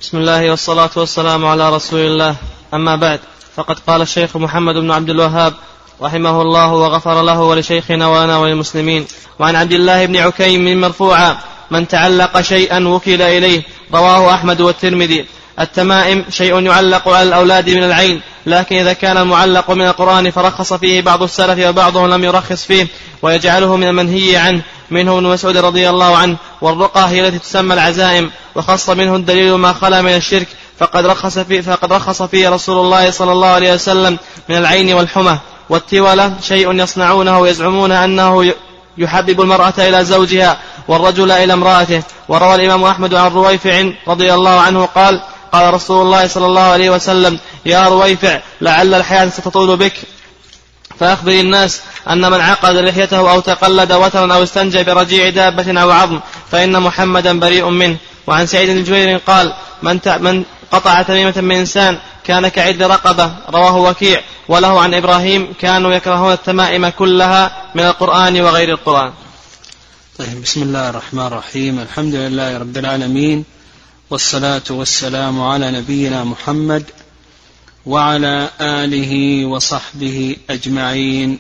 بسم الله والصلاة والسلام على رسول الله. أما بعد، فقد قال الشيخ محمد بن عبد الوهاب رحمه الله وغفر له ولشيخنا ولنا وللمسلمين. وعن عبد الله بن عكيم مرفوعا: من تعلق شيئا وكل إليه. رواه أحمد والترمذي. التمائم شيء يعلق على الأولاد من العين، لكن إذا كان المعلق من القرآن فرخص فيه بعض السلف وبعضهم لم يرخص فيه ويجعله من المنهي عنه، منه ابن مسعود رضي الله عنه. والرقى هي التي تسمى العزائم، وخص منه الدليل ما خلا من الشرك، فقد رخص فيه رسول الله صلى الله عليه وسلم من العين والحمى. والتولة شيء يصنعونه ويزعمون أنه يحبب المرأة إلى زوجها والرجل إلى امرأته. وروى الإمام أحمد عن رويفع رضي الله عنه قال: قال رسول الله صلى الله عليه وسلم: يا رويفع، لعل الحياة ستطول بك، فأخبر الناس أن من عقد لحيته أو تقلد وترا أو استنجى برجيع دابة أو عظم فإن محمدا بريء منه. وعن سعيد بن جبير قال: من قطع تميمة من إنسان كان كعد رقبة. رواه وكيع. وله عن إبراهيم: كانوا يكرهون التمائم كلها من القرآن وغير القرآن. طيب، بسم الله الرحمن الرحيم. الحمد لله رب العالمين، والصلاة والسلام على نبينا محمد وعلى آله وصحبه أجمعين.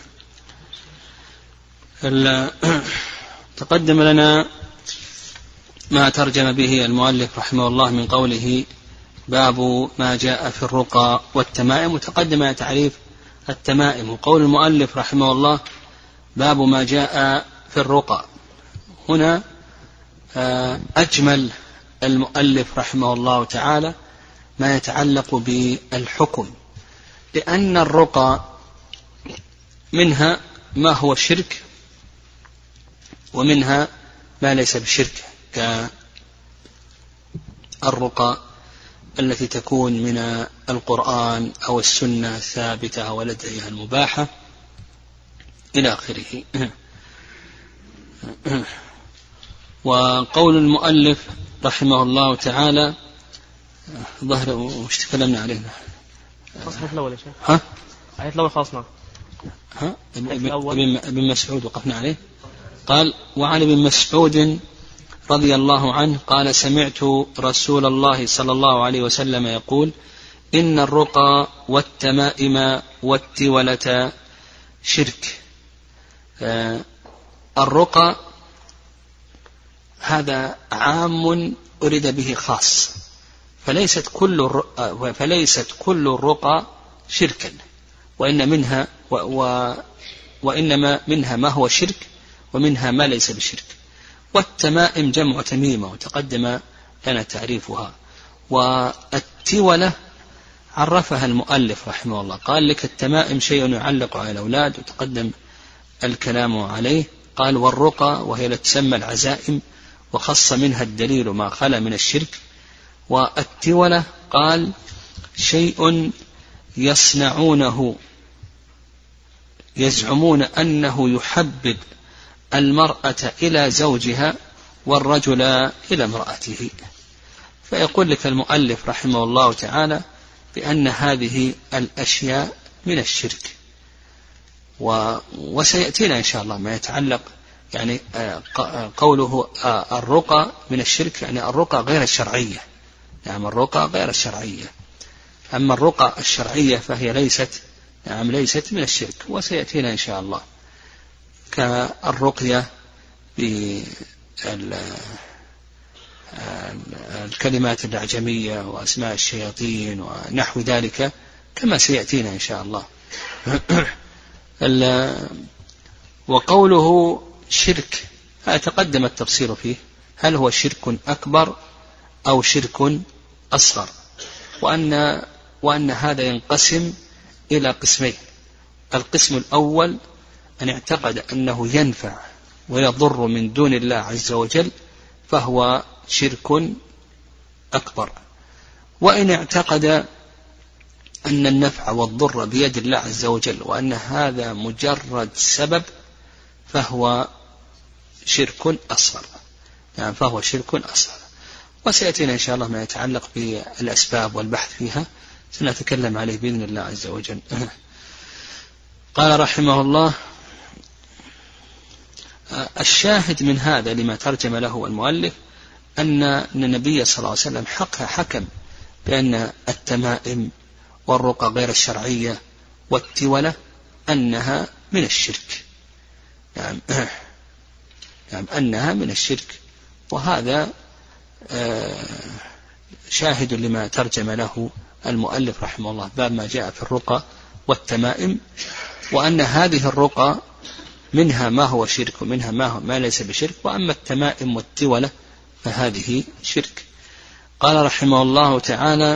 تقدم لنا ما ترجم به المؤلف رحمه الله من قوله: باب ما جاء في الرقى والتمائم. وتقدم تعريف التمائم. وقول المؤلف رحمه الله: باب ما جاء في الرقى. هنا أجمل المؤلف رحمه الله تعالى ما يتعلق بالحكم، لأن الرقى منها ما هو شرك ومنها ما ليس بشرك، كالرقى التي تكون من القرآن أو السنة الثابتة أو الأدعية المباحة إلى آخره. وقول المؤلف رحمه الله تعالى ظهر وش تكلمنا عليه؟ الآية الأول يا شيخ. الآية الأول خاصنا. ابن مسعود وقفنا عليه. قال: وعن ابن مسعود رضي الله عنه قال: سمعت رسول الله صلى الله عليه وسلم يقول: إن الرقى والتمائم والتولة شرك. الرقى هذا عام أريد به خاص، فليست كل الرقى شركا، وإنما منها ما هو شرك ومنها ما ليس بشرك. والتمائم جمع تميمة، وتقدم لنا تعريفها. والتولة عرفها المؤلف رحمه الله، قال لك: التمائم شيء يعلق على الأولاد، وتقدم الكلام عليه. قال: والرقى وهي التي تسمى العزائم، وخص منها الدليل ما خلا من الشرك. والتولة قال: شيء يصنعونه يزعمون أنه يحبب المرأة إلى زوجها والرجل إلى امرأته. فيقول لك المؤلف رحمه الله تعالى بأن هذه الأشياء من الشرك. وسيأتينا إن شاء الله ما يتعلق، يعني قوله الرقى من الشرك، يعني الرقى غير الشرعية. نعم، الرقى غير الشرعية. أما الرقى الشرعية فهي ليست من الشرك، وسيأتينا إن شاء الله، كالرقية بالكلمات الأعجمية وأسماء الشياطين ونحو ذلك، كما سيأتينا إن شاء الله. وقوله شرك تقدم التفصيل فيه، هل هو شرك أكبر أو شرك أصغر، وأن هذا ينقسم إلى قسمين. القسم الأول: أن اعتقد أنه ينفع ويضر من دون الله عز وجل، فهو شرك أكبر. وإن اعتقد أن النفع والضر بيد الله عز وجل، وأن هذا مجرد سبب، فهو شرك أصغر. يعني فهو شرك أصغر. وسيأتينا إن شاء الله ما يتعلق بالأسباب والبحث فيها، سنتكلم عليه بإذن الله عز وجل. قال رحمه الله: الشاهد من هذا لما ترجم له المؤلف أن النبي صلى الله عليه وسلم حكم بأن التمائم والرقى غير الشرعية والتولة أنها من الشرك، أنها من الشرك. وهذا شاهد لما ترجم له المؤلف رحمه الله، باب ما جاء في الرقى والتمائم، وأن هذه الرقى منها ما هو شرك ومنها ما ليس بشرك، وأما التمائم والتولة فهذه شرك. قال رحمه الله تعالى: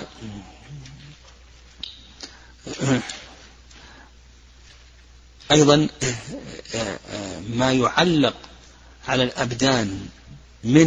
أيضا ما يعلق على الأبدان من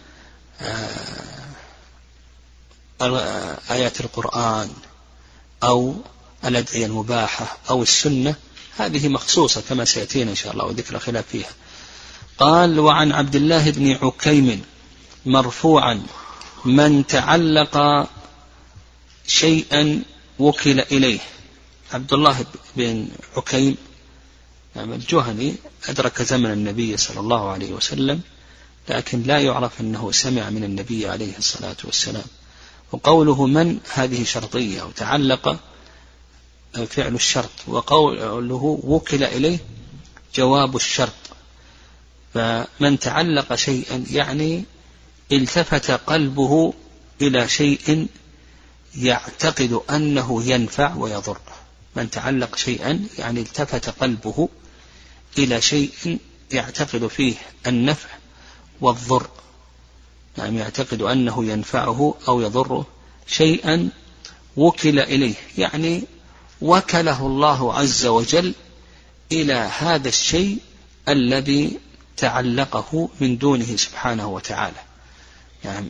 آيات القرآن أو الأدعية المباحة أو السنة، هذه مخصوصة كما سيأتينا إن شاء الله وذكر خلاف فيها. قال: وعن عبد الله بن عكيم مرفوعا: من تعلق شيئا وكل إليه. عبد الله بن عكيم الجهني أدرك زمن النبي صلى الله عليه وسلم، لكن لا يعرف أنه سمع من النبي عليه الصلاة والسلام. وقوله من هذه شرطية، وتعلق فعل الشرط، وقوله وكل إليه جواب الشرط. فمن تعلق شيئا يعني التفت قلبه إلى شيء يعتقد أنه ينفع ويضر. من تعلق شيئا يعني التفت قلبه إلى شيء يعتقد فيه النفع والضر، يعني يعتقد أنه ينفعه أو يضره، شيئا وكل إليه يعني وكله الله عز وجل إلى هذا الشيء الذي تعلقه من دونه سبحانه وتعالى. يعني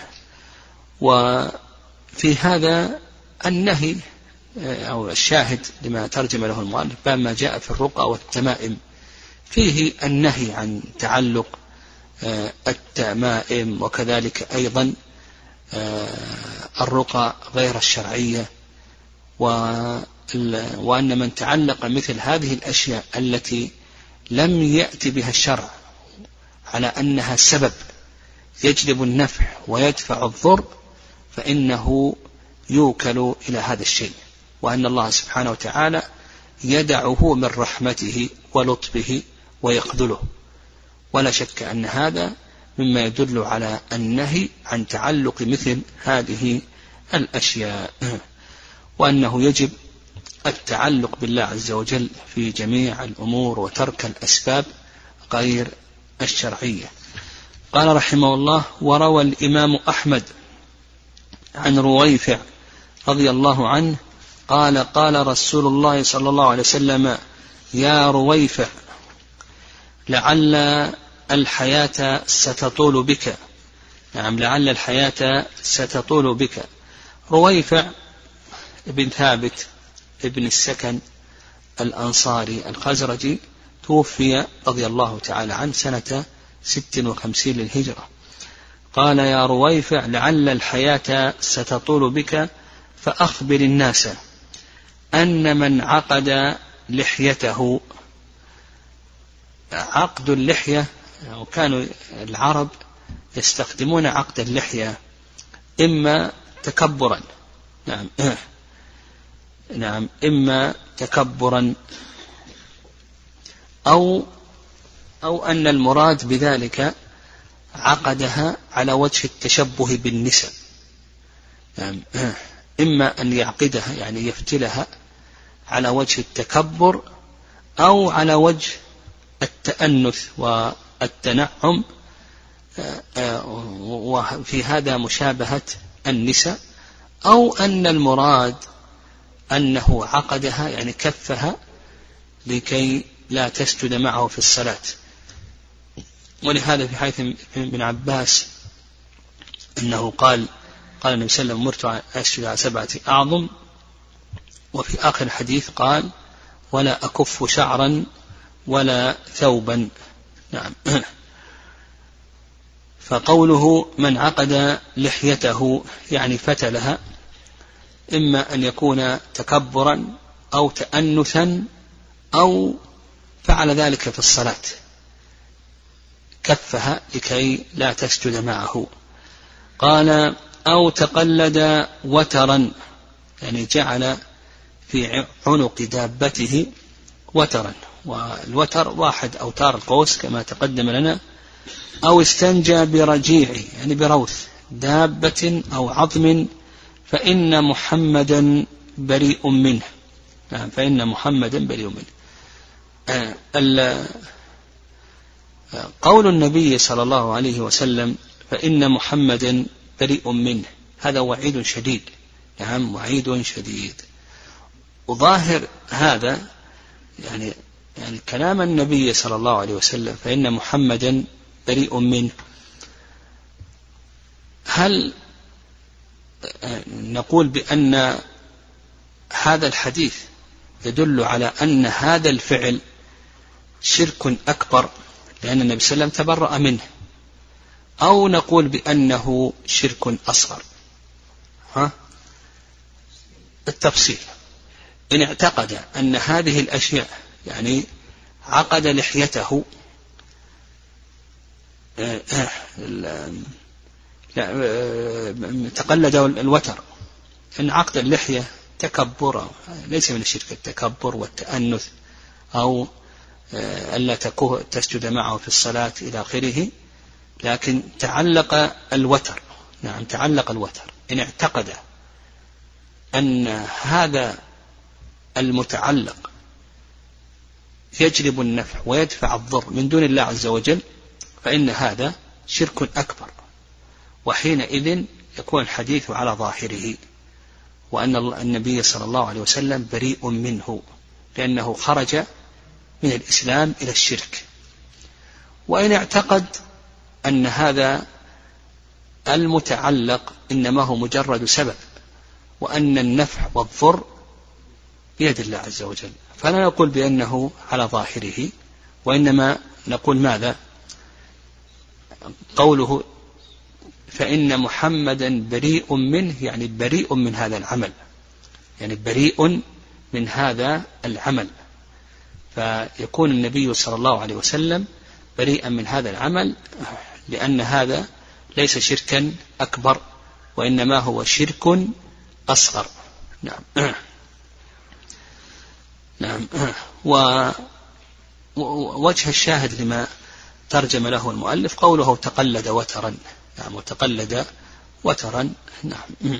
وفي هذا النهي أو الشاهد لما ترجم له المؤلف، باب ما جاء في الرقى والتمائم، فيه النهي عن تعلق التمائم، وكذلك أيضا الرقى غير الشرعية، وأن من تعلق مثل هذه الأشياء التي لم يأتي بها الشرع على أنها سبب يجلب النفع ويدفع الضر، فإنه يوكل إلى هذا الشيء، وأن الله سبحانه وتعالى يدعه من رحمته ولطفه ويخذله. ولا شك أن هذا مما يدل على النهي عن تعلق مثل هذه الأشياء، وأنه يجب التعلق بالله عز وجل في جميع الأمور وترك الأسباب غير الشرعية. قال رحمه الله: وروى الإمام أحمد عن رويفع رضي الله عنه قال: قال رسول الله صلى الله عليه وسلم: يا رويفع لعل الحياة ستطول بك. نعم، لعل الحياة ستطول بك. رويفع ابن ثابت ابن السكن الأنصاري الخزرجي توفي رضي الله تعالى عنه سنة 56 للهجرة. قال: يا رويفع لعل الحياة ستطول بك فأخبر الناس أن من عقد لحيته. عقد اللحية، وكانوا العرب يستخدمون عقد اللحية إما تكبرا، نعم إما تكبرا أو أن المراد بذلك عقدها على وجه التشبه بالنساء، إما أن يعقدها يعني يفتلها على وجه التكبر أو على وجه التأنث والتنعم، وفي هذا مشابهة النساء، أو أن المراد أنه عقدها يعني كفها لكي لا تسجد معه في الصلاة. ولهذا في حديث ابن عباس أنه قال النبي صلى الله عليه وسلم: مرت أن أسجد على 7 أعظم. وفي آخر الحديث قال: ولا أكف شعرا ولا ثوبا. نعم. فقوله من عقد لحيته يعني فتلها، إما أن يكون تكبرا أو تأنثا أو فعل ذلك في الصلاة، كفها لكي لا تسجد معه. قال أو تقلد وترا، يعني جعل في عنق دابته وترا، والوتر واحد أوتار القوس كما تقدم لنا. أو استنجى برجيع، يعني بروث دابة أو عظم، فإن محمدا بريء منه. نعم، فإن محمدا بريء منه. قول النبي صلى الله عليه وسلم فإن محمدا بريء منه، هذا وعيد شديد. نعم، وعيد شديد. وظاهر هذا يعني كلام النبي صلى الله عليه وسلم فإن محمدا بريء منه، هل نقول بأن هذا الحديث يدل على أن هذا الفعل شرك أكبر لأن النبي صلى الله عليه وسلم تبرأ منه، أو نقول بأنه شرك أصغر؟ التفصيل: إن اعتقد أن هذه الأشياء، يعني عقد لحيته، تقلد الوتر، إن عقد اللحية تكبر، ليس من الشرك التكبر والتأنث أو ألا تسجد معه في الصلاة إلى آخره، لكن تعلق الوتر. نعم، تعلق الوتر. إن اعتقد أن هذا المتعلق يجلب النفع ويدفع الضر من دون الله عز وجل فإن هذا شرك أكبر، وحينئذ يكون الحديث على ظاهره، وأن النبي صلى الله عليه وسلم بريء منه لأنه خرج من الإسلام إلى الشرك. وإن اعتقد أن هذا المتعلق إنما هو مجرد سبب، وأن النفع والضر بيد الله عز وجل، فلا نقول بأنه على ظاهره، وإنما نقول ماذا؟ قوله فإن محمدا بريء منه، يعني بريء من هذا العمل، يعني بريء من هذا العمل، فيكون النبي صلى الله عليه وسلم بريئا من هذا العمل، لأن هذا ليس شركا أكبر وإنما هو شرك أصغر. نعم. نعم. ووجه الشاهد لما ترجم له المؤلف قوله تقلد وترا. نعم، وتقلد وترا. نعم.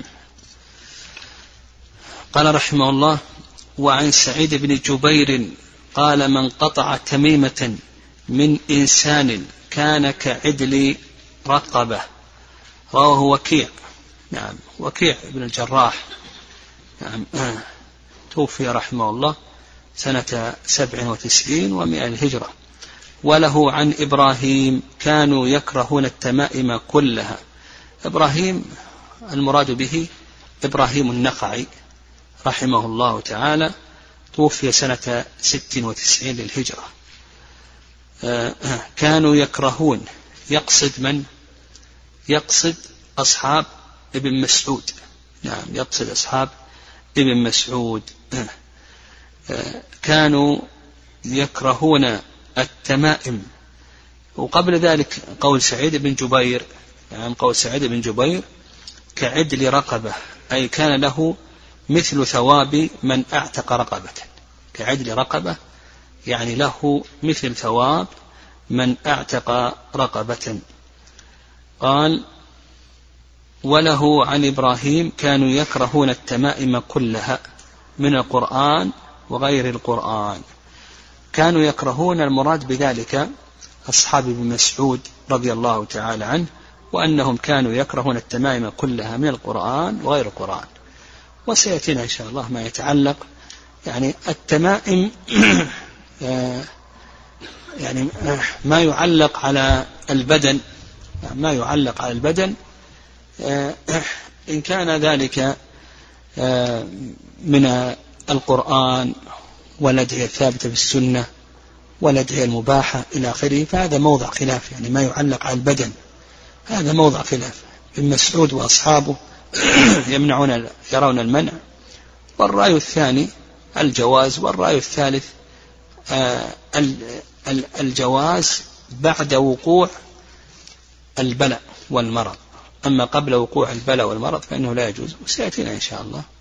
قال رحمه الله: وعن سعيد بن جبير قال: من قطع تميمة من إنسان كان كعدل رقبة. رواه وكيع. نعم، وكيع بن الجراح. نعم، توفي رحمه الله سنة 97 و100 الهجرة. وله عن إبراهيم: كانوا يكرهون التمائم كلها. إبراهيم المراد به إبراهيم النخعي رحمه الله تعالى، توفي سنة 96 للهجرة. كانوا يكرهون، يقصد من؟ يقصد أصحاب ابن مسعود. نعم، يقصد أصحاب ابن مسعود. كانوا يكرهون التمائم. وقبل ذلك قول سعيد بن جبير، يعني قول سعيد بن جبير كعدل رقبة، أي كان له مثل ثواب من أعتق رقبة. كعدل رقبة يعني له مثل ثواب من أعتق رقبة. قال: وله عن إبراهيم: كانوا يكرهون التمائم كلها من القرآن وغير القرآن. كانوا يكرهون، المراد بذلك أصحاب ابن مسعود رضي الله تعالى عنه، وأنهم كانوا يكرهون التمائم كلها من القرآن وغير القرآن. وسيأتينا إن شاء الله ما يتعلق، يعني التمائم يعني ما يعلق على البدن، ما يعلق على البدن، إن كان ذلك من القرآن والأدعية الثابتة في السنة والأدعية المباحة إلى آخره، فهذا موضع خلاف. يعني ما يعلق على البدن هذا موضع خلاف. ابن مسعود وأصحابه يرون المنع، والرأي الثاني الجواز، والرأي الثالث الجواز بعد وقوع البلاء والمرض. أما قبل وقوع البلاء والمرض فإنه لا يجوز، وسيأتينا إن شاء الله